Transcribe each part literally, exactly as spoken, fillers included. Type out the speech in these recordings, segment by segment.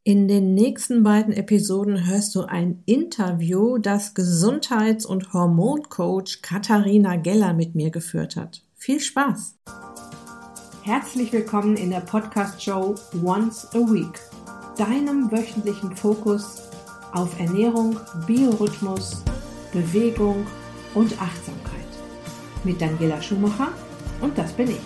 In den nächsten beiden Episoden hörst du ein Interview, das Gesundheits- und Hormoncoach Katharina Geller mit mir geführt hat. Viel Spaß! Herzlich willkommen in der Podcast-Show Once a Week, deinem wöchentlichen Fokus auf Ernährung, Biorhythmus, Bewegung und Achtsamkeit. Mit Daniela Schumacher und das bin ich.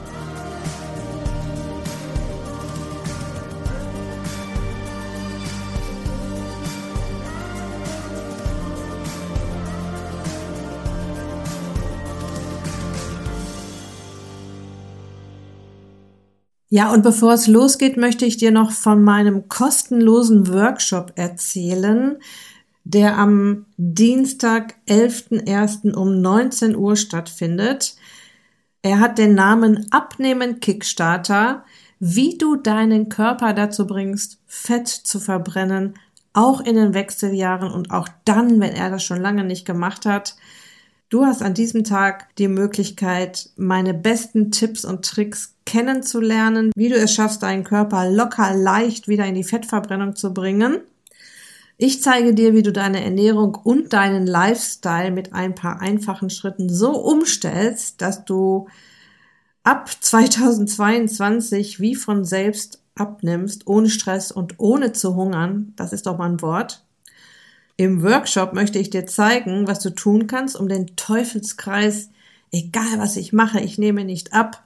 Ja, und bevor es losgeht, möchte ich dir noch von meinem kostenlosen Workshop erzählen, der am Dienstag, elften ersten um neunzehn Uhr stattfindet. Er hat den Namen Abnehmen Kickstarter, wie du deinen Körper dazu bringst, Fett zu verbrennen, auch in den Wechseljahren und auch dann, wenn er das schon lange nicht gemacht hat. Du hast an diesem Tag die Möglichkeit, meine besten Tipps und Tricks kennenzulernen, wie du es schaffst, deinen Körper locker leicht wieder in die Fettverbrennung zu bringen. Ich zeige dir, wie du deine Ernährung und deinen Lifestyle mit ein paar einfachen Schritten so umstellst, dass du ab zweitausendzweiundzwanzig wie von selbst abnimmst, ohne Stress und ohne zu hungern. Das ist doch mal ein Wort. Im Workshop möchte ich dir zeigen, was du tun kannst, um den Teufelskreis, egal was ich mache, ich nehme nicht ab,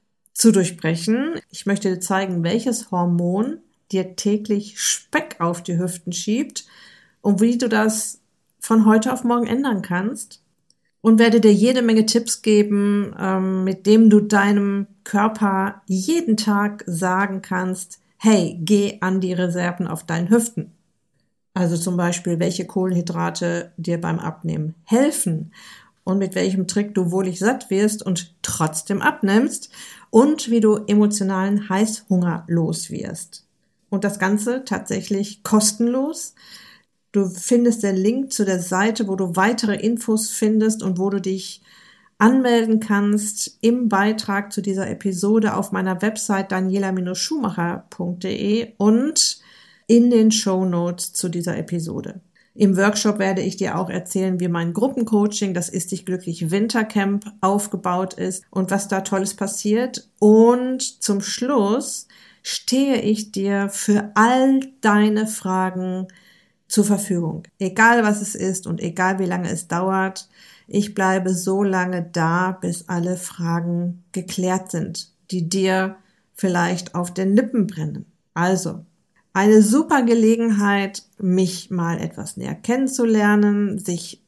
zu durchbrechen. Ich möchte dir zeigen, welches Hormon dir täglich Speck auf die Hüften schiebt und wie du das von heute auf morgen ändern kannst. Und werde dir jede Menge Tipps geben, ähm, mit dem du deinem Körper jeden Tag sagen kannst, hey, geh an die Reserven auf deinen Hüften. Also zum Beispiel, welche Kohlenhydrate dir beim Abnehmen helfen und mit welchem Trick du wohlig satt wirst und trotzdem abnimmst und wie du emotionalen Heißhunger los wirst. Und das Ganze tatsächlich kostenlos. Du findest den Link zu der Seite, wo du weitere Infos findest und wo du dich anmelden kannst im Beitrag zu dieser Episode auf meiner Website daniela schumacher punkt de und in den Shownotes zu dieser Episode. Im Workshop werde ich dir auch erzählen, wie mein Gruppencoaching, das Ist dich glücklich Wintercamp, aufgebaut ist und was da Tolles passiert. Und zum Schluss stehe ich dir für all deine Fragen zur Verfügung. Egal was es ist und egal wie lange es dauert, ich bleibe so lange da, bis alle Fragen geklärt sind, die dir vielleicht auf den Lippen brennen. Also, eine super Gelegenheit, mich mal etwas näher kennenzulernen, sich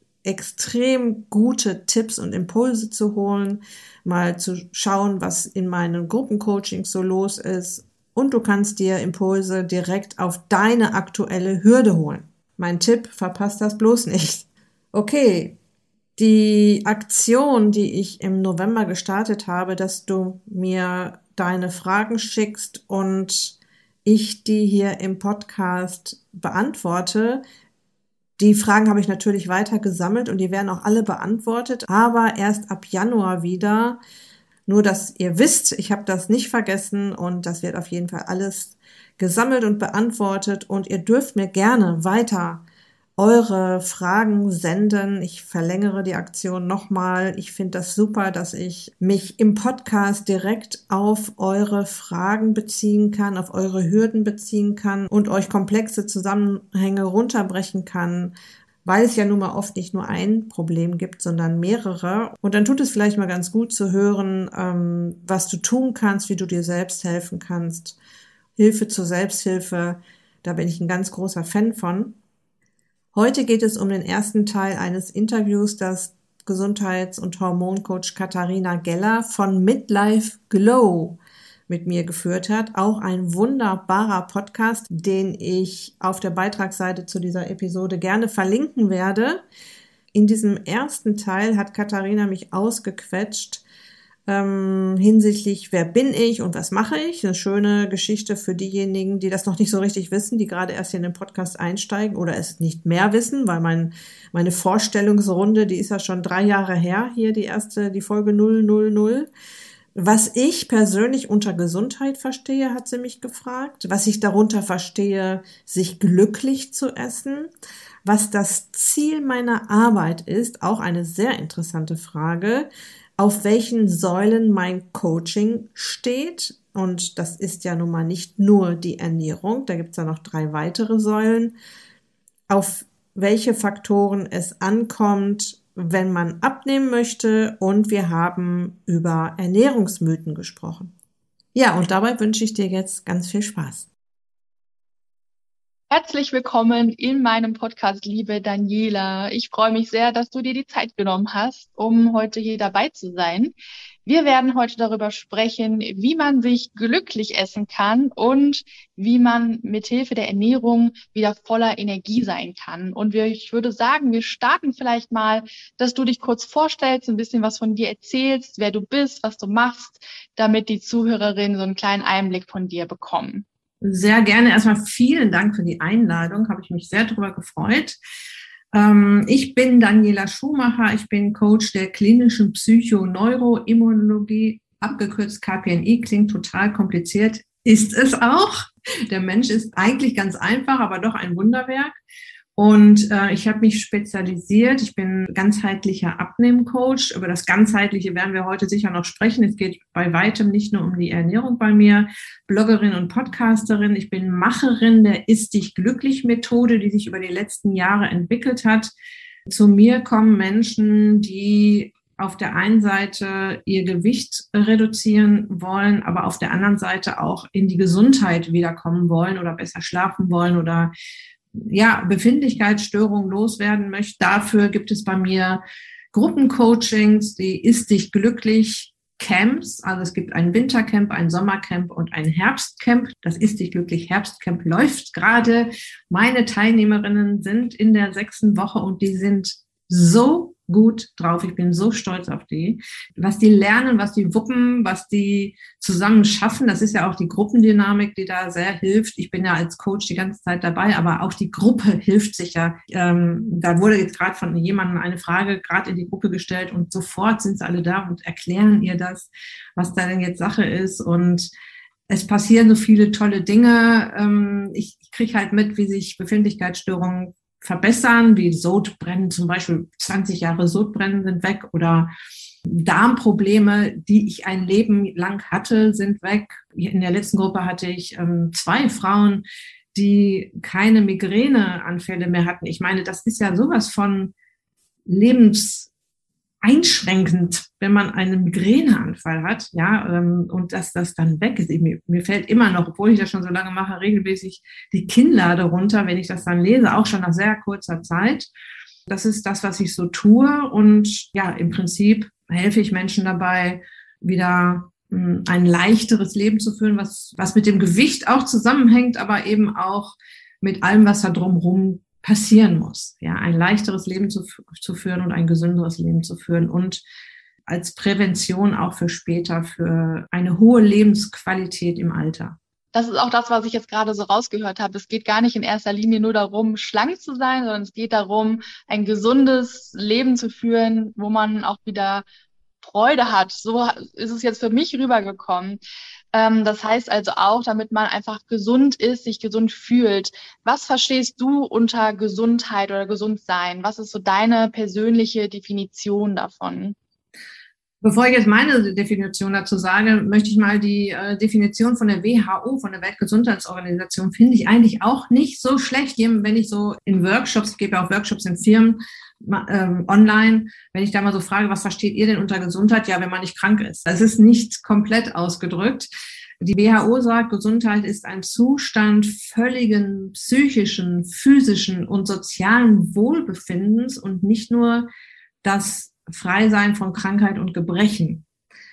extrem gute Tipps und Impulse zu holen, mal zu schauen, was in meinen Gruppencoachings so los ist. Und du kannst dir Impulse direkt auf deine aktuelle Hürde holen. Mein Tipp, verpasst das bloß nicht. Okay, die Aktion, die ich im November gestartet habe, dass du mir deine Fragen schickst und ich die hier im Podcast beantworte. Die Fragen habe ich natürlich weiter gesammelt und die werden auch alle beantwortet, aber erst ab Januar wieder. Nur, dass ihr wisst, ich habe das nicht vergessen und das wird auf jeden Fall alles gesammelt und beantwortet und ihr dürft mir gerne weiter eure Fragen senden. Ich verlängere die Aktion nochmal. Ich finde das super, dass ich mich im Podcast direkt auf eure Fragen beziehen kann, auf eure Hürden beziehen kann und euch komplexe Zusammenhänge runterbrechen kann, weil es ja nun mal oft nicht nur ein Problem gibt, sondern mehrere. Und dann tut es vielleicht mal ganz gut zu hören, ähm, was du tun kannst, wie du dir selbst helfen kannst. Hilfe zur Selbsthilfe, da bin ich ein ganz großer Fan von. Heute geht es um den ersten Teil eines Interviews, das Gesundheits- und Hormoncoach Katharina Geller von Midlife Glow mit mir geführt hat. Auch ein wunderbarer Podcast, den ich auf der Beitragsseite zu dieser Episode gerne verlinken werde. In diesem ersten Teil hat Katharina mich ausgequetscht ähm, hinsichtlich, wer bin ich und was mache ich. Eine schöne Geschichte für diejenigen, die das noch nicht so richtig wissen, die gerade erst hier in den Podcast einsteigen oder es nicht mehr wissen, weil mein meine Vorstellungsrunde, die ist ja schon drei Jahre her, hier die erste, die Folge null null null. Was ich persönlich unter Gesundheit verstehe, hat sie mich gefragt. Was ich darunter verstehe, sich glücklich zu essen. Was das Ziel meiner Arbeit ist, auch eine sehr interessante Frage. Auf welchen Säulen mein Coaching steht. Und das ist ja nun mal nicht nur die Ernährung, da gibt es ja noch drei weitere Säulen. Auf welche Faktoren es ankommt, wenn man abnehmen möchte, und wir haben über Ernährungsmythen gesprochen. Ja, und dabei wünsche ich dir jetzt ganz viel Spaß. Herzlich willkommen in meinem Podcast, liebe Daniela. Ich freue mich sehr, dass du dir die Zeit genommen hast, um heute hier dabei zu sein. Wir werden heute darüber sprechen, wie man sich glücklich essen kann und wie man mithilfe der Ernährung wieder voller Energie sein kann. Und wir, ich würde sagen, wir starten vielleicht mal, dass du dich kurz vorstellst, ein bisschen was von dir erzählst, wer du bist, was du machst, damit die Zuhörerinnen so einen kleinen Einblick von dir bekommen. Sehr gerne. Erstmal vielen Dank für die Einladung. Habe ich mich sehr darüber gefreut. Ähm, ich bin Daniela Schumacher. Ich bin Coach der klinischen Psychoneuroimmunologie, abgekürzt K P N I. Klingt total kompliziert. Ist es auch. Der Mensch ist eigentlich ganz einfach, aber doch ein Wunderwerk. Und äh, ich habe mich spezialisiert. Ich bin ganzheitlicher Abnehmcoach. Über das Ganzheitliche werden wir heute sicher noch sprechen. Es geht bei weitem nicht nur um die Ernährung bei mir. Bloggerin und Podcasterin. Ich bin Macherin der Iss dich glücklich Methode, die sich über die letzten Jahre entwickelt hat. Zu mir kommen Menschen, die auf der einen Seite ihr Gewicht reduzieren wollen, aber auf der anderen Seite auch in die Gesundheit wiederkommen wollen oder besser schlafen wollen oder ja, Befindlichkeitsstörungen loswerden möchte. Dafür gibt es bei mir Gruppencoachings, die Iss dich glücklich Camps. Also es gibt ein Wintercamp, ein Sommercamp und ein Herbstcamp. Das Iss dich glücklich Herbstcamp läuft gerade. Meine Teilnehmerinnen sind in der sechsten Woche und die sind so gut drauf. Ich bin so stolz auf die. Was die lernen, was die wuppen, was die zusammen schaffen, das ist ja auch die Gruppendynamik, die da sehr hilft. Ich bin ja als Coach die ganze Zeit dabei, aber auch die Gruppe hilft sicher. Ähm, da wurde jetzt gerade von jemandem eine Frage gerade in die Gruppe gestellt und sofort sind sie alle da und erklären ihr das, was da denn jetzt Sache ist. Und es passieren so viele tolle Dinge. Ähm, ich ich kriege halt mit, wie sich Befindlichkeitsstörungen verbessern, wie Sodbrennen, zum Beispiel zwanzig Jahre Sodbrennen sind weg oder Darmprobleme, die ich ein Leben lang hatte, sind weg. In der letzten Gruppe hatte ich ähm, zwei Frauen, die keine Migräneanfälle mehr hatten. Ich meine, das ist ja sowas von lebenseinschränkend, wenn man einen Migräneanfall hat, ja, ähm, und dass das dann weg ist. Mir, mir fällt immer noch, obwohl ich das schon so lange mache, regelmäßig die Kinnlade runter, wenn ich das dann lese, auch schon nach sehr kurzer Zeit. Das ist das, was ich so tue. Und ja, im Prinzip helfe ich Menschen dabei, wieder mh, ein leichteres Leben zu führen, was, was mit dem Gewicht auch zusammenhängt, aber eben auch mit allem, was da drumherum passieren muss. Ja, ein leichteres Leben zu, zu führen und ein gesünderes Leben zu führen und als Prävention auch für später, für eine hohe Lebensqualität im Alter. Das ist auch das, was ich jetzt gerade so rausgehört habe. Es geht gar nicht in erster Linie nur darum, schlank zu sein, sondern es geht darum, ein gesundes Leben zu führen, wo man auch wieder Freude hat. So ist es jetzt für mich rübergekommen. Ähm, das heißt also auch, damit man einfach gesund ist, sich gesund fühlt. Was verstehst du unter Gesundheit oder Gesundsein? Was ist so deine persönliche Definition davon? Bevor ich jetzt meine Definition dazu sage, möchte ich mal die äh, Definition von der W H O, von der Weltgesundheitsorganisation, finde ich eigentlich auch nicht so schlecht. Wenn ich so in Workshops, ich gebe ja auch Workshops in Firmen, ähm, online, wenn ich da mal so frage, was versteht ihr denn unter Gesundheit? Ja, wenn man nicht krank ist. Das ist nicht komplett ausgedrückt. Die W H O sagt, Gesundheit ist ein Zustand völligen psychischen, physischen und sozialen Wohlbefindens und nicht nur das Freisein von Krankheit und Gebrechen.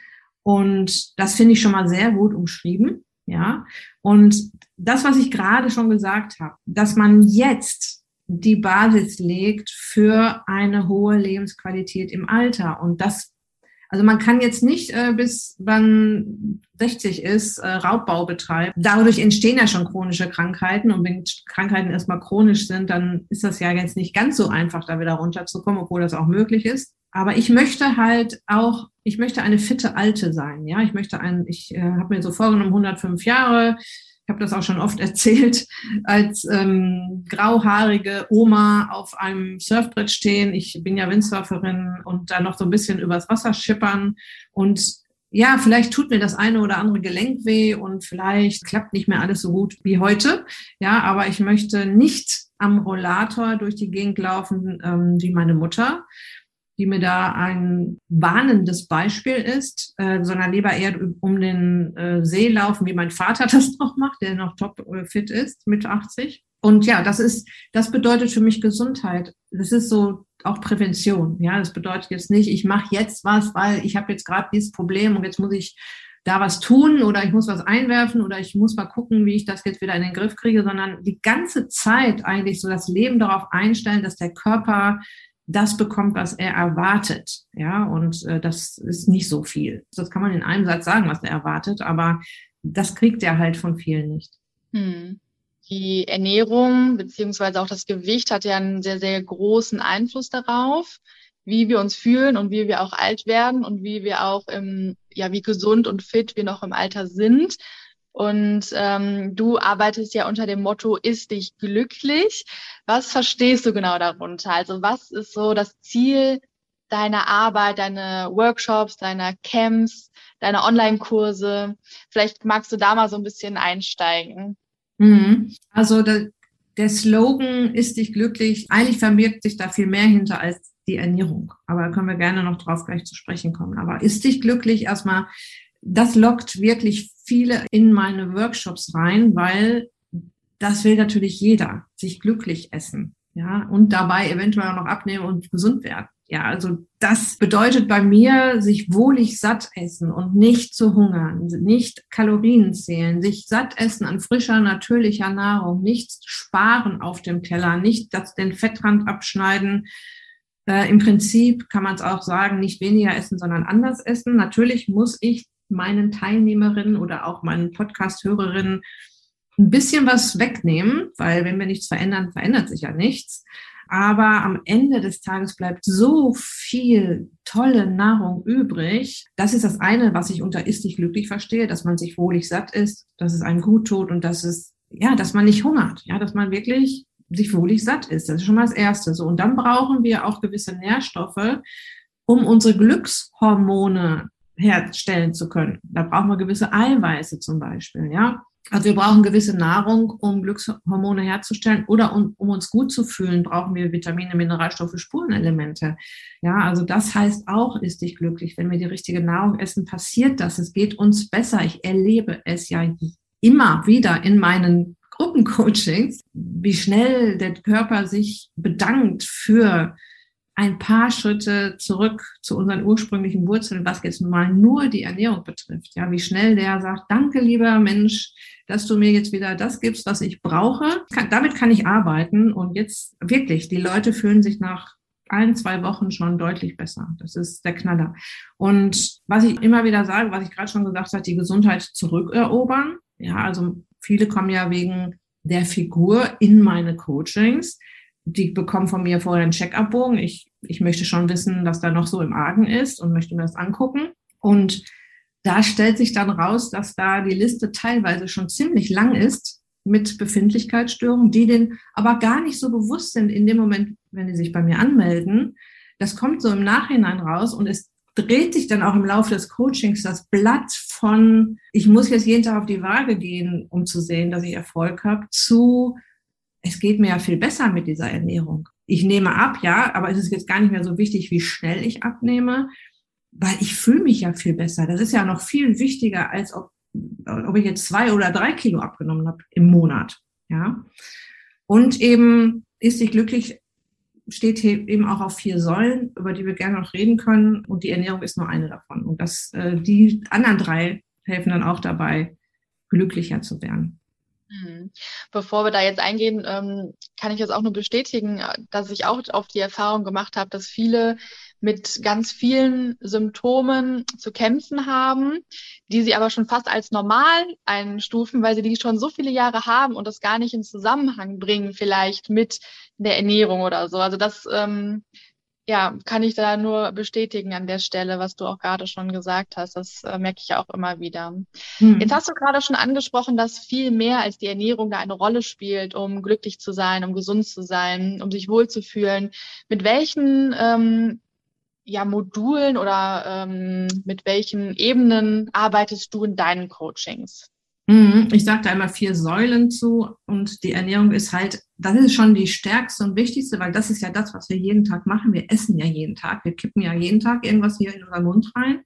Und das finde ich schon mal sehr gut umschrieben, ja. Und das, was ich gerade schon gesagt habe, dass man jetzt die Basis legt für eine hohe Lebensqualität im Alter. Und das, also man kann jetzt nicht äh, bis man sechzig ist, äh, Raubbau betreiben. Dadurch entstehen ja schon chronische Krankheiten. Und wenn Krankheiten erstmal chronisch sind, dann ist das ja jetzt nicht ganz so einfach, da wieder runterzukommen, obwohl das auch möglich ist. Aber ich möchte halt auch ich möchte eine fitte Alte sein. Ja, ich möchte ein, ich äh, habe mir so vorgenommen, hundertfünf Jahre. Ich habe das auch schon oft erzählt, als ähm, grauhaarige Oma auf einem Surfbrett stehen. Ich bin ja Windsurferin und da noch so ein bisschen übers Wasser schippern. Und ja, vielleicht tut mir das eine oder andere Gelenk weh und vielleicht klappt nicht mehr alles so gut wie heute. Ja, aber ich möchte nicht am Rollator durch die Gegend laufen ähm, wie meine Mutter, die mir da ein warnendes Beispiel ist, äh, sondern lieber eher um den äh, See laufen, wie mein Vater das noch macht, der noch top äh, fit ist mit achtzig. Und ja, das ist, das bedeutet für mich Gesundheit. Das ist so auch Prävention. Ja, das bedeutet jetzt nicht, ich mache jetzt was, weil ich habe jetzt gerade dieses Problem und jetzt muss ich da was tun oder ich muss was einwerfen oder ich muss mal gucken, wie ich das jetzt wieder in den Griff kriege, sondern die ganze Zeit eigentlich so das Leben darauf einstellen, dass der Körper das bekommt, was er erwartet. Ja, und äh, das ist nicht so viel. Das kann man in einem Satz sagen, was er erwartet, aber das kriegt er halt von vielen nicht. Hm. Die Ernährung beziehungsweise auch das Gewicht hat ja einen sehr, sehr großen Einfluss darauf, wie wir uns fühlen und wie wir auch alt werden und wie wir auch im, ja, wie gesund und fit wir noch im Alter sind. Und ähm, du arbeitest ja unter dem Motto, iss dich glücklich. Was verstehst du genau darunter? Also was ist so das Ziel deiner Arbeit, deine Workshops, deiner Camps, deiner Online-Kurse? Vielleicht magst du da mal so ein bisschen einsteigen. Mhm. Also der, der Slogan iss dich glücklich, eigentlich verbirgt sich da viel mehr hinter als die Ernährung. Aber da können wir gerne noch drauf gleich zu sprechen kommen. Aber iss dich glücklich erstmal, das lockt wirklich viele in meine Workshops rein, weil das will natürlich jeder, sich glücklich essen, ja, und dabei eventuell auch noch abnehmen und gesund werden. Ja, also das bedeutet bei mir, sich wohlig satt essen und nicht zu hungern, nicht Kalorien zählen, sich satt essen an frischer, natürlicher Nahrung, nicht sparen auf dem Teller, nicht das, den Fettrand abschneiden. Äh, im Prinzip kann man es auch sagen, nicht weniger essen, sondern anders essen. Natürlich muss ich meinen Teilnehmerinnen oder auch meinen Podcast-Hörerinnen ein bisschen was wegnehmen, weil wenn wir nichts verändern, verändert sich ja nichts. Aber am Ende des Tages bleibt so viel tolle Nahrung übrig. Das ist das eine, was ich unter iss dich glücklich verstehe, dass man sich wohlig satt isst, dass es einem gut tut und dass es, ja, dass man nicht hungert, ja, dass man wirklich sich wohlig satt isst. Das ist schon mal das Erste. So, und dann brauchen wir auch gewisse Nährstoffe, um unsere Glückshormone herstellen zu können. Da brauchen wir gewisse Eiweiße zum Beispiel, ja. Also wir brauchen gewisse Nahrung, um Glückshormone herzustellen, oder um, um uns gut zu fühlen, brauchen wir Vitamine, Mineralstoffe, Spurenelemente. Ja, also das heißt auch, iss dich glücklich. Wenn wir die richtige Nahrung essen, passiert das. Es geht uns besser. Ich erlebe es ja immer wieder in meinen Gruppencoachings, wie schnell der Körper sich bedankt für ein paar Schritte zurück zu unseren ursprünglichen Wurzeln, was jetzt mal nur die Ernährung betrifft. Ja, wie schnell der sagt, danke, lieber Mensch, dass du mir jetzt wieder das gibst, was ich brauche. Kann, damit kann ich arbeiten. Und jetzt wirklich, die Leute fühlen sich nach ein, zwei Wochen schon deutlich besser. Das ist der Knaller. Und was ich immer wieder sage, was ich gerade schon gesagt habe, die Gesundheit zurückerobern. Ja, also viele kommen ja wegen der Figur in meine Coachings. Die bekommen von mir vorher einen Check-up-Bogen. Ich, ich möchte schon wissen, was da noch so im Argen ist und möchte mir das angucken. Und da stellt sich dann raus, dass da die Liste teilweise schon ziemlich lang ist mit Befindlichkeitsstörungen, die denen aber gar nicht so bewusst sind in dem Moment, wenn die sich bei mir anmelden. Das kommt so im Nachhinein raus und es dreht sich dann auch im Laufe des Coachings das Blatt von, ich muss jetzt jeden Tag auf die Waage gehen, um zu sehen, dass ich Erfolg habe, zu es geht mir ja viel besser mit dieser Ernährung. Ich nehme ab, ja, aber es ist jetzt gar nicht mehr so wichtig, wie schnell ich abnehme, weil ich fühle mich ja viel besser. Das ist ja noch viel wichtiger, als ob, ob ich jetzt zwei oder drei Kilo abgenommen habe im Monat, ja. Und eben iss dich glücklich steht hier eben auch auf vier Säulen, über die wir gerne noch reden können. Und die Ernährung ist nur eine davon. Und das, äh, die anderen drei helfen dann auch dabei, glücklicher zu werden. Bevor wir da jetzt eingehen, ähm, kann ich jetzt auch nur bestätigen, dass ich auch auf die Erfahrung gemacht habe, dass viele mit ganz vielen Symptomen zu kämpfen haben, die sie aber schon fast als normal einstufen, weil sie die schon so viele Jahre haben und das gar nicht in Zusammenhang bringen, vielleicht mit der Ernährung oder so. Also das ähm, Ja, kann ich da nur bestätigen an der Stelle, was du auch gerade schon gesagt hast. Das äh, merke ich ja auch immer wieder. Jetzt Hm. hast du gerade schon angesprochen, dass viel mehr als die Ernährung da eine Rolle spielt, um glücklich zu sein, um gesund zu sein, um sich wohlzufühlen. Mit welchen ähm, ja, Modulen oder ähm, mit welchen Ebenen arbeitest du in deinen Coachings? Mhm. Ich sage da immer vier Säulen zu und die Ernährung ist halt, das ist schon die stärkste und wichtigste, weil das ist ja das, was wir jeden Tag machen. Wir essen ja jeden Tag, wir kippen ja jeden Tag irgendwas hier in unseren Mund rein.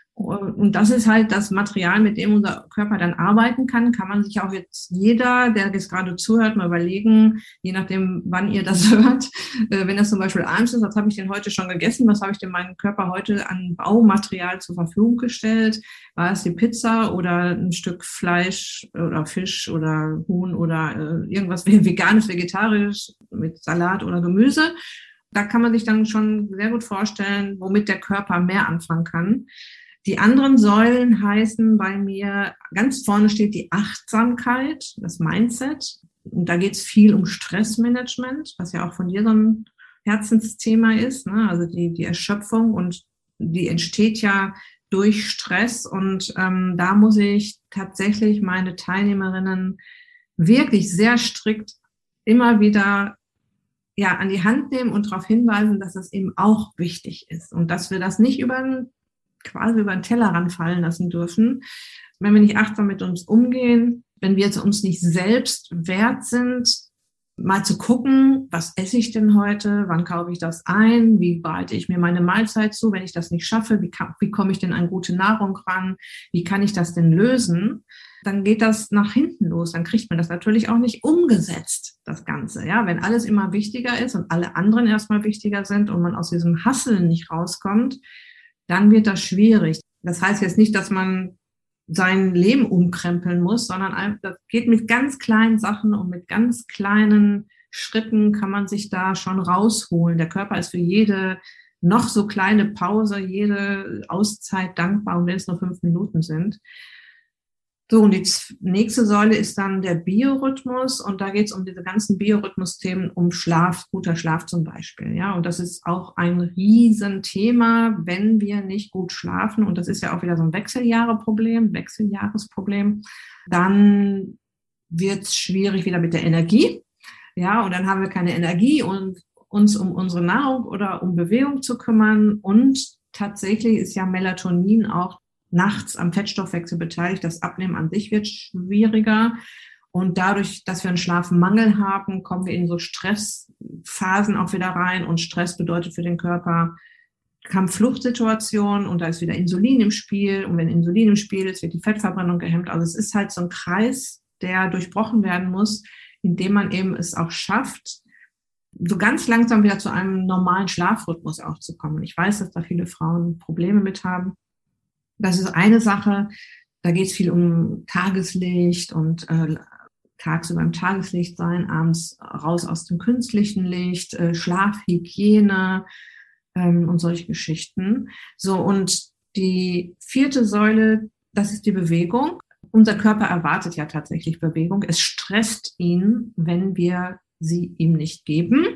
Und das ist halt das Material, mit dem unser Körper dann arbeiten kann. Kann man sich auch jetzt jeder, der jetzt gerade zuhört, mal überlegen, je nachdem, wann ihr das hört. Äh, wenn das zum Beispiel abends ist, was habe ich denn heute schon gegessen? Was habe ich denn meinem Körper heute an Baumaterial zur Verfügung gestellt? War es die Pizza oder ein Stück Fleisch oder Fisch oder Huhn oder äh, irgendwas Veganes, Vegetarisch mit Salat oder Gemüse? Da kann man sich dann schon sehr gut vorstellen, womit der Körper mehr anfangen kann. Die anderen Säulen heißen bei mir, ganz vorne steht die Achtsamkeit, das Mindset. Und da geht es viel um Stressmanagement, was ja auch von dir so ein Herzensthema ist, ne? Also die, die Erschöpfung, und die entsteht ja durch Stress. Und ähm, da muss ich tatsächlich meine Teilnehmerinnen wirklich sehr strikt immer wieder ja, an die Hand nehmen und darauf hinweisen, dass das eben auch wichtig ist und dass wir das nicht über quasi über den Tellerrand fallen lassen dürfen. Wenn wir nicht achtsam mit uns umgehen, wenn wir uns nicht selbst wert sind, mal zu gucken, was esse ich denn heute, wann kaufe ich das ein, wie bereite ich mir meine Mahlzeit zu, wenn ich das nicht schaffe, wie, kann, wie komme ich denn an gute Nahrung ran, wie kann ich das denn lösen, dann geht das nach hinten los, dann kriegt man das natürlich auch nicht umgesetzt, das Ganze. Ja, wenn alles immer wichtiger ist und alle anderen erstmal wichtiger sind und man aus diesem Hasseln nicht rauskommt, dann wird das schwierig. Das heißt jetzt nicht, dass man sein Leben umkrempeln muss, sondern das geht mit ganz kleinen Sachen und mit ganz kleinen Schritten kann man sich da schon rausholen. Der Körper ist für jede noch so kleine Pause, jede Auszeit dankbar, und wenn es nur fünf Minuten sind. So, und die nächste Säule ist dann der Biorhythmus, und da geht es um diese ganzen Biorhythmus-Themen, um Schlaf, guter Schlaf zum Beispiel. Ja, und das ist auch ein Riesenthema, wenn wir nicht gut schlafen, und das ist ja auch wieder so ein Wechseljahre-Problem, Wechseljahresproblem, dann wird es schwierig wieder mit der Energie. Ja, und dann haben wir keine Energie, um uns um unsere Nahrung oder um Bewegung zu kümmern, und tatsächlich ist ja Melatonin auch nachts am Fettstoffwechsel beteiligt. Das Abnehmen an sich wird schwieriger. Und dadurch, dass wir einen Schlafmangel haben, kommen wir in so Stressphasen auch wieder rein. Und Stress bedeutet für den Körper Kampf-Flucht-Situation. Und da ist wieder Insulin im Spiel. Und wenn Insulin im Spiel ist, wird die Fettverbrennung gehemmt. Also es ist halt so ein Kreis, der durchbrochen werden muss, indem man eben es auch schafft, so ganz langsam wieder zu einem normalen Schlafrhythmus auch zu kommen. Ich weiß, dass da viele Frauen Probleme mit haben. Das ist eine Sache, da geht es viel um Tageslicht und äh, tagsüber im Tageslicht sein, abends raus aus dem künstlichen Licht, äh, Schlafhygiene ähm, und solche Geschichten. So, und die vierte Säule, das ist die Bewegung. Unser Körper erwartet ja tatsächlich Bewegung. Es stresst ihn, wenn wir sie ihm nicht geben.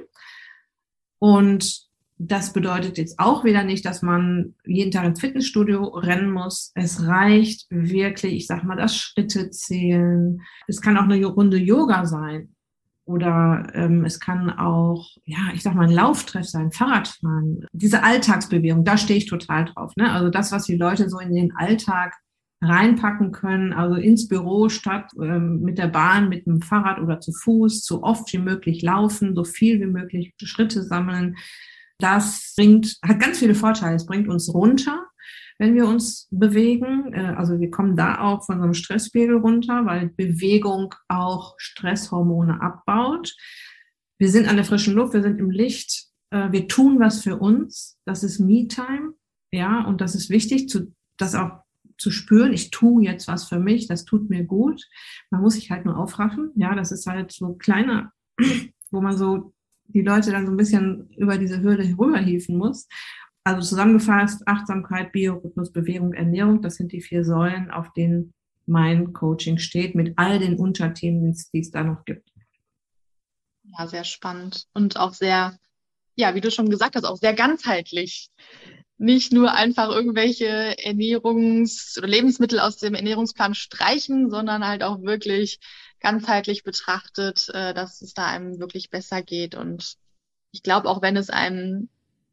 Und das bedeutet jetzt auch wieder nicht, dass man jeden Tag ins Fitnessstudio rennen muss. Es reicht wirklich, ich sag mal, das Schritte zählen. Es kann auch eine Runde Yoga sein. Oder ähm, es kann auch, ja, ich sag mal, ein Lauftreff sein, Fahrradfahren. Diese Alltagsbewegung, da stehe ich total drauf. Ne? Also das, was die Leute so in den Alltag reinpacken können, also ins Büro statt ähm, mit der Bahn, mit dem Fahrrad oder zu Fuß, so oft wie möglich laufen, so viel wie möglich Schritte sammeln. Das bringt, hat ganz viele Vorteile. Es bringt uns runter, wenn wir uns bewegen. Also wir kommen da auch von so einem Stresspegel runter, weil Bewegung auch Stresshormone abbaut. Wir sind an der frischen Luft, wir sind im Licht, wir tun was für uns. Das ist Me-Time, ja, und das ist wichtig, zu, das auch zu spüren. Ich tue jetzt was für mich, das tut mir gut. Man muss sich halt nur aufraffen. Ja, das ist halt so kleiner, wo man so die Leute dann so ein bisschen über diese Hürde rüberhieven muss. Also zusammengefasst, Achtsamkeit, Biorhythmus, Bewegung, Ernährung, das sind die vier Säulen, auf denen mein Coaching steht, mit all den Unterthemen, die es da noch gibt. Ja, sehr spannend und auch sehr ja, wie du schon gesagt hast, auch sehr ganzheitlich. Nicht nur einfach irgendwelche Ernährungs- oder Lebensmittel aus dem Ernährungsplan streichen, sondern halt auch wirklich ganzheitlich betrachtet, äh, dass es da einem wirklich besser geht. Und ich glaube, auch wenn es einem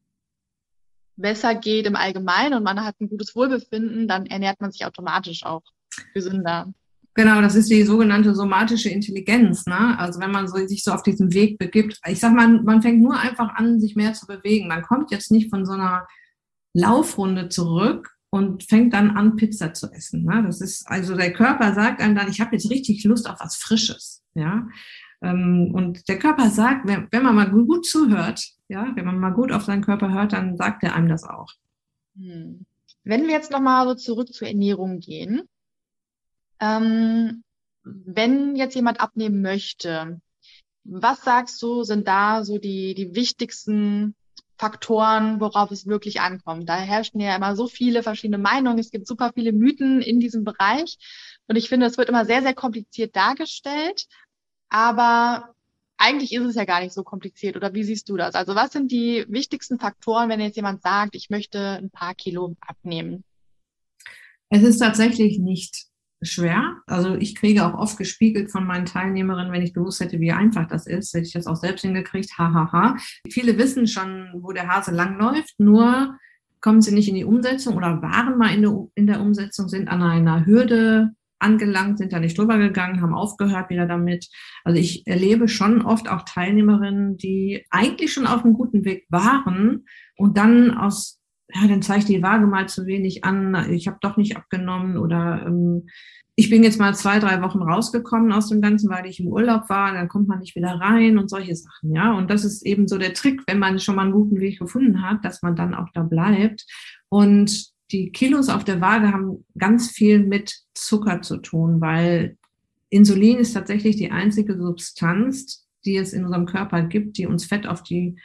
besser geht im Allgemeinen und man hat ein gutes Wohlbefinden, dann ernährt man sich automatisch auch gesünder. Genau, das ist die sogenannte somatische Intelligenz, ne? Also wenn man so, sich so auf diesen Weg begibt. Ich sag mal, man fängt nur einfach an, sich mehr zu bewegen. Man kommt jetzt nicht von so einer Laufrunde zurück und fängt dann an, Pizza zu essen. Ne? Das ist, also der Körper sagt einem dann, ich habe jetzt richtig Lust auf was Frisches. Ja? Und der Körper sagt, wenn man mal gut zuhört, ja, wenn man mal gut auf seinen Körper hört, dann sagt er einem das auch. Hm. Wenn wir jetzt nochmal so zurück zur Ernährung gehen, ähm, wenn jetzt jemand abnehmen möchte, was sagst du, sind da so die, die wichtigsten Faktoren, worauf es wirklich ankommt? Da herrschen ja immer so viele verschiedene Meinungen. Es gibt super viele Mythen in diesem Bereich. Und ich finde, es wird immer sehr, sehr kompliziert dargestellt. Aber eigentlich ist es ja gar nicht so kompliziert. Oder wie siehst du das? Also was sind die wichtigsten Faktoren, wenn jetzt jemand sagt, ich möchte ein paar Kilo abnehmen? Es ist tatsächlich nicht schwer. Also ich kriege auch oft gespiegelt von meinen Teilnehmerinnen, wenn ich gewusst hätte, wie einfach das ist, hätte ich das auch selbst hingekriegt. Hahaha. Ha, ha. Viele wissen schon, wo der Hase langläuft, nur kommen sie nicht in die Umsetzung oder waren mal in der, in der Umsetzung, sind an einer Hürde angelangt, sind da nicht drüber gegangen, haben aufgehört wieder damit. Also ich erlebe schon oft auch Teilnehmerinnen, die eigentlich schon auf einem guten Weg waren und dann aus ja, dann zeigt die Waage mal zu wenig an, ich habe doch nicht abgenommen oder ähm, ich bin jetzt mal zwei, drei Wochen rausgekommen aus dem Ganzen, weil ich im Urlaub war, dann kommt man nicht wieder rein und solche Sachen, ja. Und das ist eben so der Trick, wenn man schon mal einen guten Weg gefunden hat, dass man dann auch da bleibt. Und die Kilos auf der Waage haben ganz viel mit Zucker zu tun, weil Insulin ist tatsächlich die einzige Substanz, die es in unserem Körper gibt, die uns Fett auf die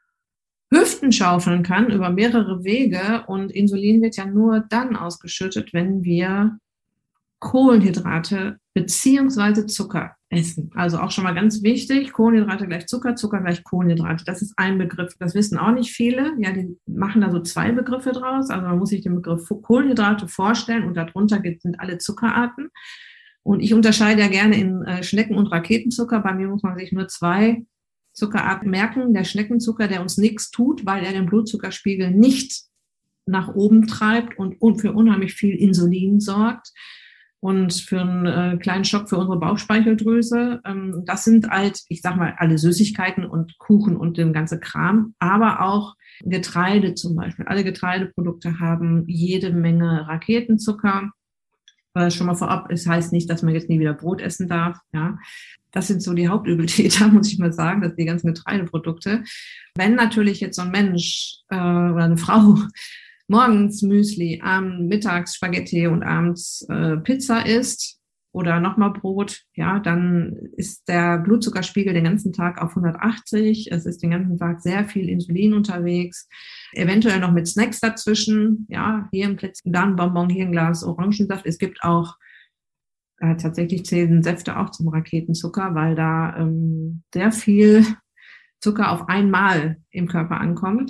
Hüften schaufeln kann über mehrere Wege und Insulin wird ja nur dann ausgeschüttet, wenn wir Kohlenhydrate beziehungsweise Zucker essen. Also auch schon mal ganz wichtig, Kohlenhydrate gleich Zucker, Zucker gleich Kohlenhydrate. Das ist ein Begriff. Das wissen auch nicht viele. Ja, die machen da so zwei Begriffe draus. Also man muss sich den Begriff Kohlenhydrate vorstellen und darunter sind alle Zuckerarten. Und ich unterscheide ja gerne in Schnecken- und Raketenzucker. Bei mir muss man sich nur zwei Zuckerarten merken. Der Schneckenzucker, der uns nichts tut, weil er den Blutzuckerspiegel nicht nach oben treibt und für unheimlich viel Insulin sorgt und für einen äh, kleinen Schock für unsere Bauchspeicheldrüse. Ähm, das sind halt, ich sag mal, alle Süßigkeiten und Kuchen und den ganzen Kram, aber auch Getreide zum Beispiel. Alle Getreideprodukte haben jede Menge Raketenzucker. Äh, schon mal vorab, es heißt nicht, dass man jetzt nie wieder Brot essen darf, ja. Das sind so die Hauptübeltäter, muss ich mal sagen, dass die ganzen Getreideprodukte. Wenn natürlich jetzt so ein Mensch äh, oder eine Frau morgens Müsli, abends mittags Spaghetti und abends äh, Pizza isst oder nochmal Brot, ja, dann ist der Blutzuckerspiegel den ganzen Tag auf hundertachtzig. Es ist den ganzen Tag sehr viel Insulin unterwegs. Eventuell noch mit Snacks dazwischen, ja, hier ein Plätzchen, da ein Bonbon, hier ein Glas Orangensaft. Es gibt auch Äh, tatsächlich zählen Säfte auch zum Raketenzucker, weil da ähm, sehr viel Zucker auf einmal im Körper ankommt.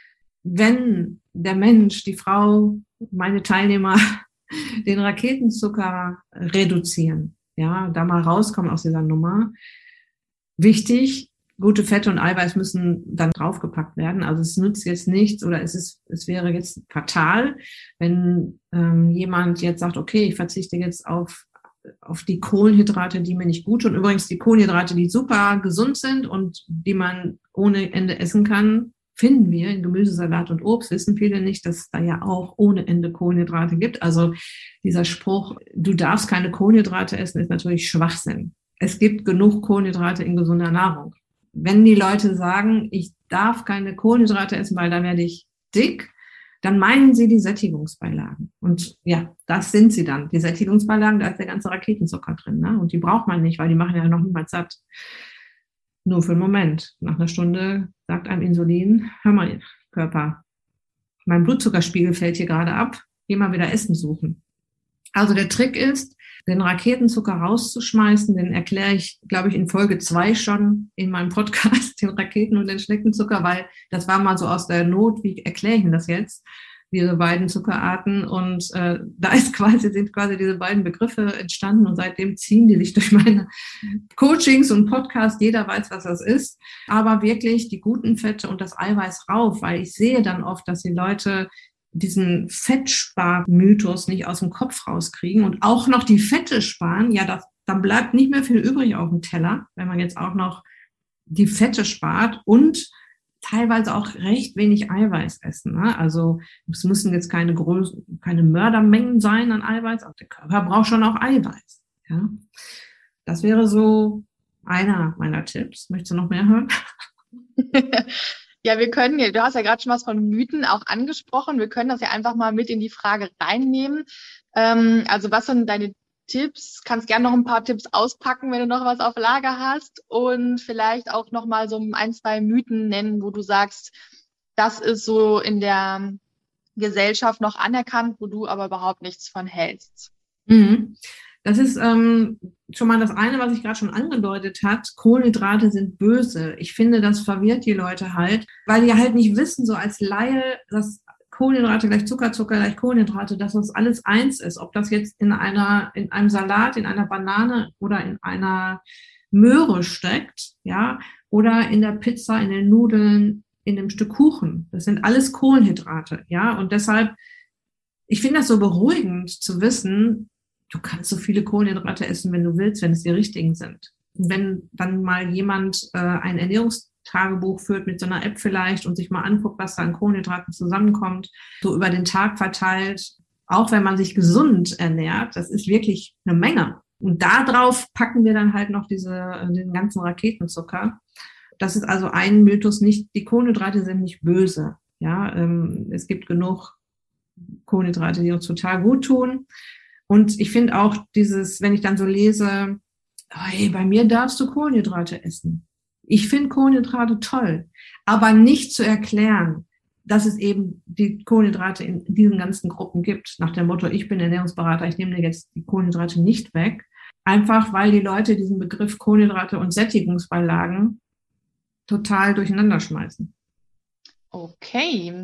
Wenn der Mensch, die Frau, meine Teilnehmer den Raketenzucker reduzieren, ja, da mal rauskommen aus dieser Nummer. Wichtig, gute Fette und Eiweiß müssen dann draufgepackt werden. Also es nützt jetzt nichts oder es ist, es wäre jetzt fatal, wenn ähm, jemand jetzt sagt, okay, ich verzichte jetzt auf auf die Kohlenhydrate, die mir nicht gut tun. Übrigens die Kohlenhydrate, die super gesund sind und die man ohne Ende essen kann, finden wir in Gemüse, Salat und Obst. Wissen viele nicht, dass es da ja auch ohne Ende Kohlenhydrate gibt. Also dieser Spruch, du darfst keine Kohlenhydrate essen, ist natürlich Schwachsinn. Es gibt genug Kohlenhydrate in gesunder Nahrung. Wenn die Leute sagen, ich darf keine Kohlenhydrate essen, weil dann werde ich dick, dann meinen sie die Sättigungsbeilagen. Und ja, das sind sie dann. Die Sättigungsbeilagen, da ist der ganze Raketenzucker drin. Ne? Und die braucht man nicht, weil die machen ja noch niemals satt. Nur für einen Moment. Nach einer Stunde sagt einem Insulin, hör mal, Körper, mein Blutzuckerspiegel fällt hier gerade ab, geh mal wieder Essen suchen. Also der Trick ist, Den Raketenzucker rauszuschmeißen, den erkläre ich, glaube ich, in Folge zwei schon in meinem Podcast, den Raketen- und den Schneckenzucker, weil das war mal so aus der Not, wie erkläre ich denn das jetzt, diese beiden Zuckerarten, und äh, da ist quasi, sind quasi diese beiden Begriffe entstanden und seitdem ziehen die sich durch meine Coachings und Podcasts, jeder weiß, was das ist, aber wirklich die guten Fette und das Eiweiß rauf, weil ich sehe dann oft, dass die Leute diesen Fettsparmythos nicht aus dem Kopf rauskriegen und auch noch die Fette sparen, ja, das, dann bleibt nicht mehr viel übrig auf dem Teller, wenn man jetzt auch noch die Fette spart und teilweise auch recht wenig Eiweiß essen. Ne? Also es müssen jetzt keine großen, keine Mördermengen sein an Eiweiß, aber der Körper braucht schon auch Eiweiß. Ja? Das wäre so einer meiner Tipps. Möchtest du noch mehr hören? Ja, wir können, du hast ja gerade schon was von Mythen auch angesprochen. Wir können das ja einfach mal mit in die Frage reinnehmen. Ähm, also was sind deine Tipps? Kannst gerne noch ein paar Tipps auspacken, wenn du noch was auf Lager hast, und vielleicht auch noch mal so ein, zwei Mythen nennen, wo du sagst, das ist so in der Gesellschaft noch anerkannt, wo du aber überhaupt nichts von hältst. Mhm. Das ist ähm, schon mal das eine, was ich gerade schon angedeutet habe. Kohlenhydrate sind böse. Ich finde, das verwirrt die Leute halt, weil die halt nicht wissen, so als Laie, dass Kohlenhydrate gleich Zucker, Zucker gleich Kohlenhydrate, dass das alles eins ist. Ob das jetzt in einer, in einem Salat, in einer Banane oder in einer Möhre steckt, ja, oder in der Pizza, in den Nudeln, in dem Stück Kuchen. Das sind alles Kohlenhydrate, ja. Und deshalb, ich finde das so beruhigend zu wissen, du kannst so viele Kohlenhydrate essen, wenn du willst, wenn es die richtigen sind. Und wenn dann mal jemand äh, ein Ernährungstagebuch führt mit so einer App vielleicht und sich mal anguckt, was da an Kohlenhydraten zusammenkommt, so über den Tag verteilt, auch wenn man sich gesund ernährt, das ist wirklich eine Menge. Und darauf packen wir dann halt noch diese, den ganzen Raketenzucker. Das ist also ein Mythos, nicht, die Kohlenhydrate sind nicht böse. Ja, ähm, es gibt genug Kohlenhydrate, die uns total gut tun. Und ich finde auch dieses, wenn ich dann so lese, oh, hey, bei mir darfst du Kohlenhydrate essen. Ich finde Kohlenhydrate toll, aber nicht zu erklären, dass es eben die Kohlenhydrate in diesen ganzen Gruppen gibt, nach dem Motto, ich bin Ernährungsberater, ich nehme dir jetzt die Kohlenhydrate nicht weg. Einfach, weil die Leute diesen Begriff Kohlenhydrate und Sättigungsbeilagen total durcheinander schmeißen. Okay.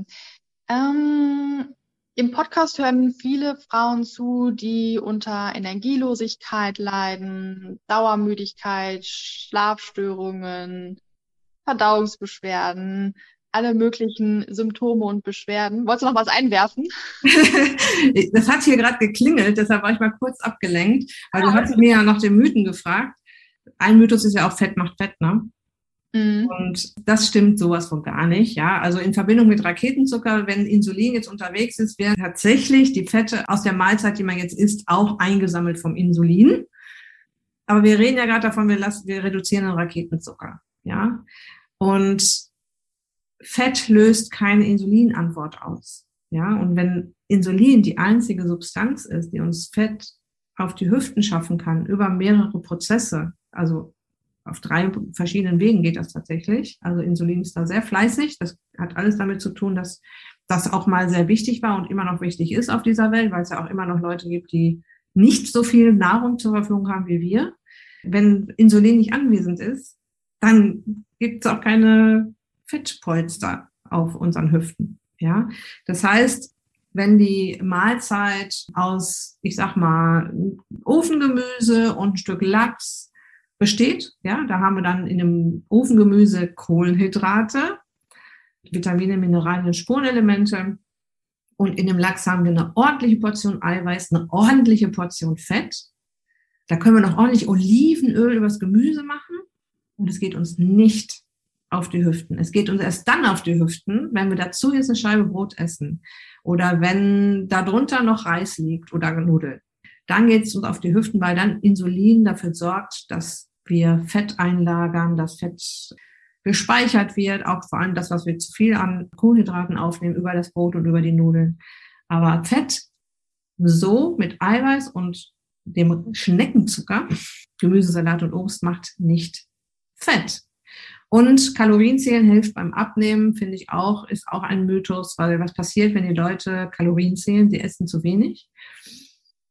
Ähm Im Podcast hören viele Frauen zu, die unter Energielosigkeit leiden, Dauermüdigkeit, Schlafstörungen, Verdauungsbeschwerden, alle möglichen Symptome und Beschwerden. Wolltest du noch was einwerfen? Das hat hier gerade geklingelt, deshalb war ich mal kurz abgelenkt, weil du hast mir ja nach den Mythen gefragt. Ein Mythos ist ja auch Fett macht Fett, ne? Und das stimmt sowas von gar nicht, ja. Also in Verbindung mit Raketenzucker, wenn Insulin jetzt unterwegs ist, werden tatsächlich die Fette aus der Mahlzeit, die man jetzt isst, auch eingesammelt vom Insulin. Aber wir reden ja gerade davon, wir lassen, wir reduzieren den Raketenzucker, ja. Und Fett löst keine Insulinantwort aus, ja. Und wenn Insulin die einzige Substanz ist, die uns Fett auf die Hüften schaffen kann, über mehrere Prozesse, also auf drei verschiedenen Wegen geht das tatsächlich. Also Insulin ist da sehr fleißig. Das hat alles damit zu tun, dass das auch mal sehr wichtig war und immer noch wichtig ist auf dieser Welt, weil es ja auch immer noch Leute gibt, die nicht so viel Nahrung zur Verfügung haben wie wir. Wenn Insulin nicht anwesend ist, dann gibt es auch keine Fettpolster auf unseren Hüften. Ja, das heißt, wenn die Mahlzeit aus, ich sag mal, Ofengemüse und ein Stück Lachs besteht, ja, da haben wir dann in dem Ofengemüse Kohlenhydrate, Vitamine, Mineralien, Spurenelemente, und in dem Lachs haben wir eine ordentliche Portion Eiweiß, eine ordentliche Portion Fett. Da können wir noch ordentlich Olivenöl übers Gemüse machen, und es geht uns nicht auf die Hüften. Es geht uns erst dann auf die Hüften, wenn wir dazu jetzt eine Scheibe Brot essen oder wenn darunter noch Reis liegt oder Nudeln. Dann geht es uns auf die Hüften, weil dann Insulin dafür sorgt, dass wir Fett einlagern, dass Fett gespeichert wird, auch vor allem das, was wir zu viel an Kohlenhydraten aufnehmen, über das Brot und über die Nudeln. Aber Fett so mit Eiweiß und dem Schneckenzucker, Gemüse, Salat und Obst, macht nicht Fett. Und Kalorienzählen hilft beim Abnehmen, finde ich auch, ist auch ein Mythos, weil was passiert, wenn die Leute Kalorien zählen? Sie essen zu wenig.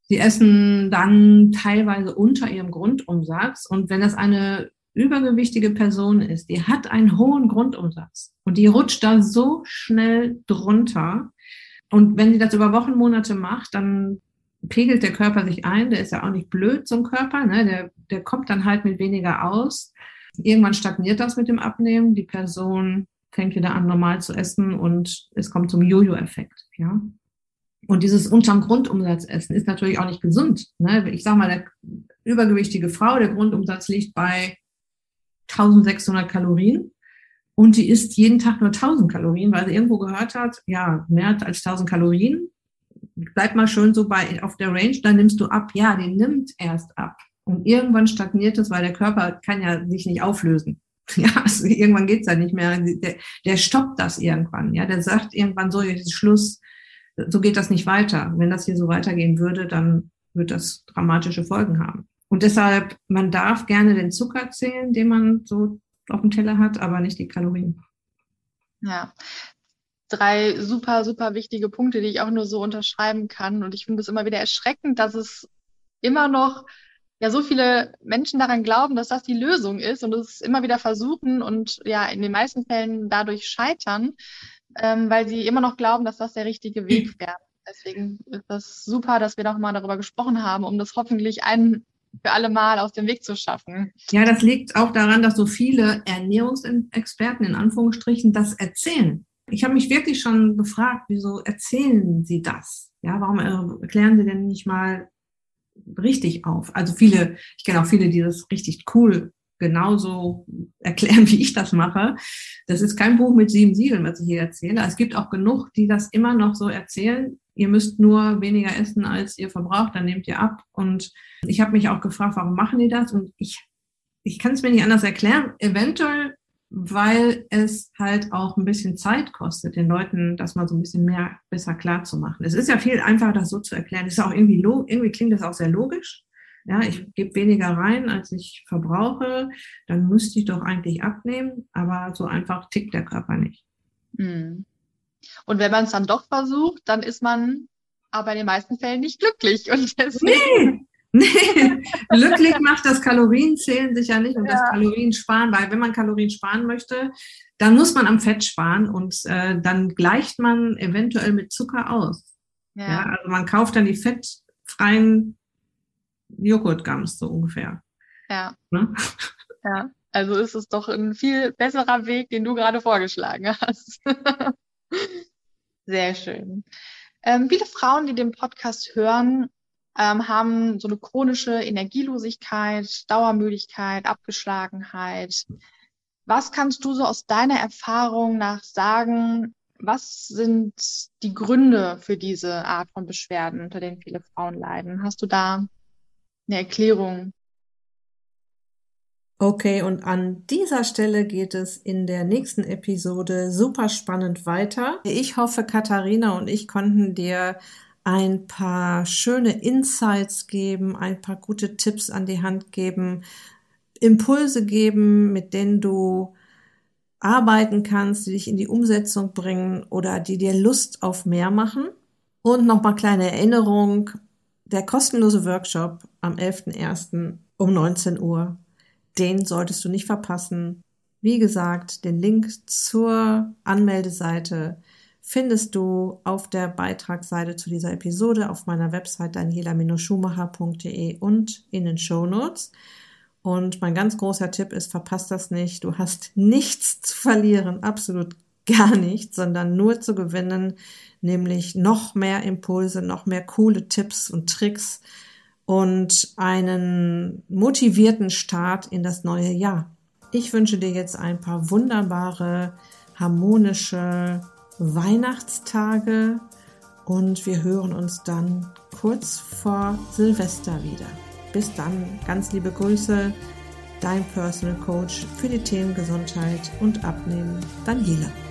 Sie essen dann teilweise unter ihrem Grundumsatz. Und wenn das eine übergewichtige Person ist, die hat einen hohen Grundumsatz und die rutscht da so schnell drunter. Und wenn sie das über Wochen, Monate macht, dann pegelt der Körper sich ein. Der ist ja auch nicht blöd, so ein Körper. Ne? Der, der kommt dann halt mit weniger aus. Irgendwann stagniert das mit dem Abnehmen. Die Person fängt wieder an, normal zu essen und es kommt zum Jojo-Effekt. Ja? Und dieses unterm Grundumsatz essen ist natürlich auch nicht gesund. Ne? Ich sage mal, der übergewichtige Frau, der Grundumsatz liegt bei eintausendsechshundert Kalorien und die isst jeden Tag nur tausend Kalorien, weil sie irgendwo gehört hat, ja, mehr als tausend Kalorien, bleib mal schön so bei auf der Range, dann nimmst du ab. Ja, die nimmt erst ab. Und irgendwann stagniert es, weil der Körper kann ja sich nicht auflösen. Ja, also irgendwann geht's ja nicht mehr. Der, der stoppt das irgendwann. Ja, der sagt irgendwann so, jetzt ist Schluss, so geht das nicht weiter. Wenn das hier so weitergehen würde, dann wird das dramatische Folgen haben. Und deshalb, man darf gerne den Zucker zählen, den man so auf dem Teller hat, aber nicht die Kalorien. Ja, drei super, super wichtige Punkte, die ich auch nur so unterschreiben kann. Und ich finde es immer wieder erschreckend, dass es immer noch ja so viele Menschen daran glauben, dass das die Lösung ist und es immer wieder versuchen und ja in den meisten Fällen dadurch scheitern, ähm, weil sie immer noch glauben, dass das der richtige Weg wäre. Deswegen ist das super, dass wir noch mal darüber gesprochen haben, um das hoffentlich ein für alle Mal aus dem Weg zu schaffen. Ja, das liegt auch daran, dass so viele Ernährungsexperten in Anführungsstrichen das erzählen. Ich habe mich wirklich schon gefragt, wieso erzählen sie das? Ja, warum erklären sie denn nicht mal richtig auf? Also viele, ich kenne auch viele, die das richtig cool genauso erklären, wie ich das mache. Das ist kein Buch mit sieben Siegeln, was ich hier erzähle. Es gibt auch genug, die das immer noch so erzählen. Ihr müsst nur weniger essen, als ihr verbraucht, dann nehmt ihr ab. Und ich habe mich auch gefragt, warum machen die das? Und ich, ich kann es mir nicht anders erklären. Eventuell, weil es halt auch ein bisschen Zeit kostet, den Leuten das mal so ein bisschen mehr besser klar zu machen. Es ist ja viel einfacher, das so zu erklären. Es ist auch irgendwie, irgendwie klingt das auch sehr logisch. Ja, ich gebe weniger rein, als ich verbrauche. Dann müsste ich doch eigentlich abnehmen. Aber so einfach tickt der Körper nicht. Mhm. Und wenn man es dann doch versucht, dann ist man aber in den meisten Fällen nicht glücklich. Und deswegen nee, nee, glücklich macht das Kalorienzählen sicher nicht und ja. Das Kaloriensparen, weil wenn man Kalorien sparen möchte, dann muss man am Fett sparen und äh, dann gleicht man eventuell mit Zucker aus. Ja. Ja, also man kauft dann die fettfreien Joghurtgums so ungefähr. Ja. Ne? Ja, also ist es doch ein viel besserer Weg, den du gerade vorgeschlagen hast. Sehr schön. Ähm, viele Frauen, die den Podcast hören, ähm, haben so eine chronische Energielosigkeit, Dauermüdigkeit, Abgeschlagenheit. Was kannst du so aus deiner Erfahrung nach sagen? Was sind die Gründe für diese Art von Beschwerden, unter denen viele Frauen leiden? Hast du da eine Erklärung? Okay, und an dieser Stelle geht es in der nächsten Episode super spannend weiter. Ich hoffe, Katharina und ich konnten dir ein paar schöne Insights geben, ein paar gute Tipps an die Hand geben, Impulse geben, mit denen du arbeiten kannst, die dich in die Umsetzung bringen oder die dir Lust auf mehr machen. Und nochmal kleine Erinnerung, der kostenlose Workshop am elften ersten um neunzehn Uhr. Den solltest du nicht verpassen. Wie gesagt, den Link zur Anmeldeseite findest du auf der Beitragsseite zu dieser Episode auf meiner Website daniela schumacher punkt de und in den Shownotes. Und mein ganz großer Tipp ist, verpasst das nicht. Du hast nichts zu verlieren, absolut gar nichts, sondern nur zu gewinnen, nämlich noch mehr Impulse, noch mehr coole Tipps und Tricks und einen motivierten Start in das neue Jahr. Ich wünsche dir jetzt ein paar wunderbare, harmonische Weihnachtstage und wir hören uns dann kurz vor Silvester wieder. Bis dann, ganz liebe Grüße, dein Personal Coach für die Themen Gesundheit und Abnehmen, Daniela.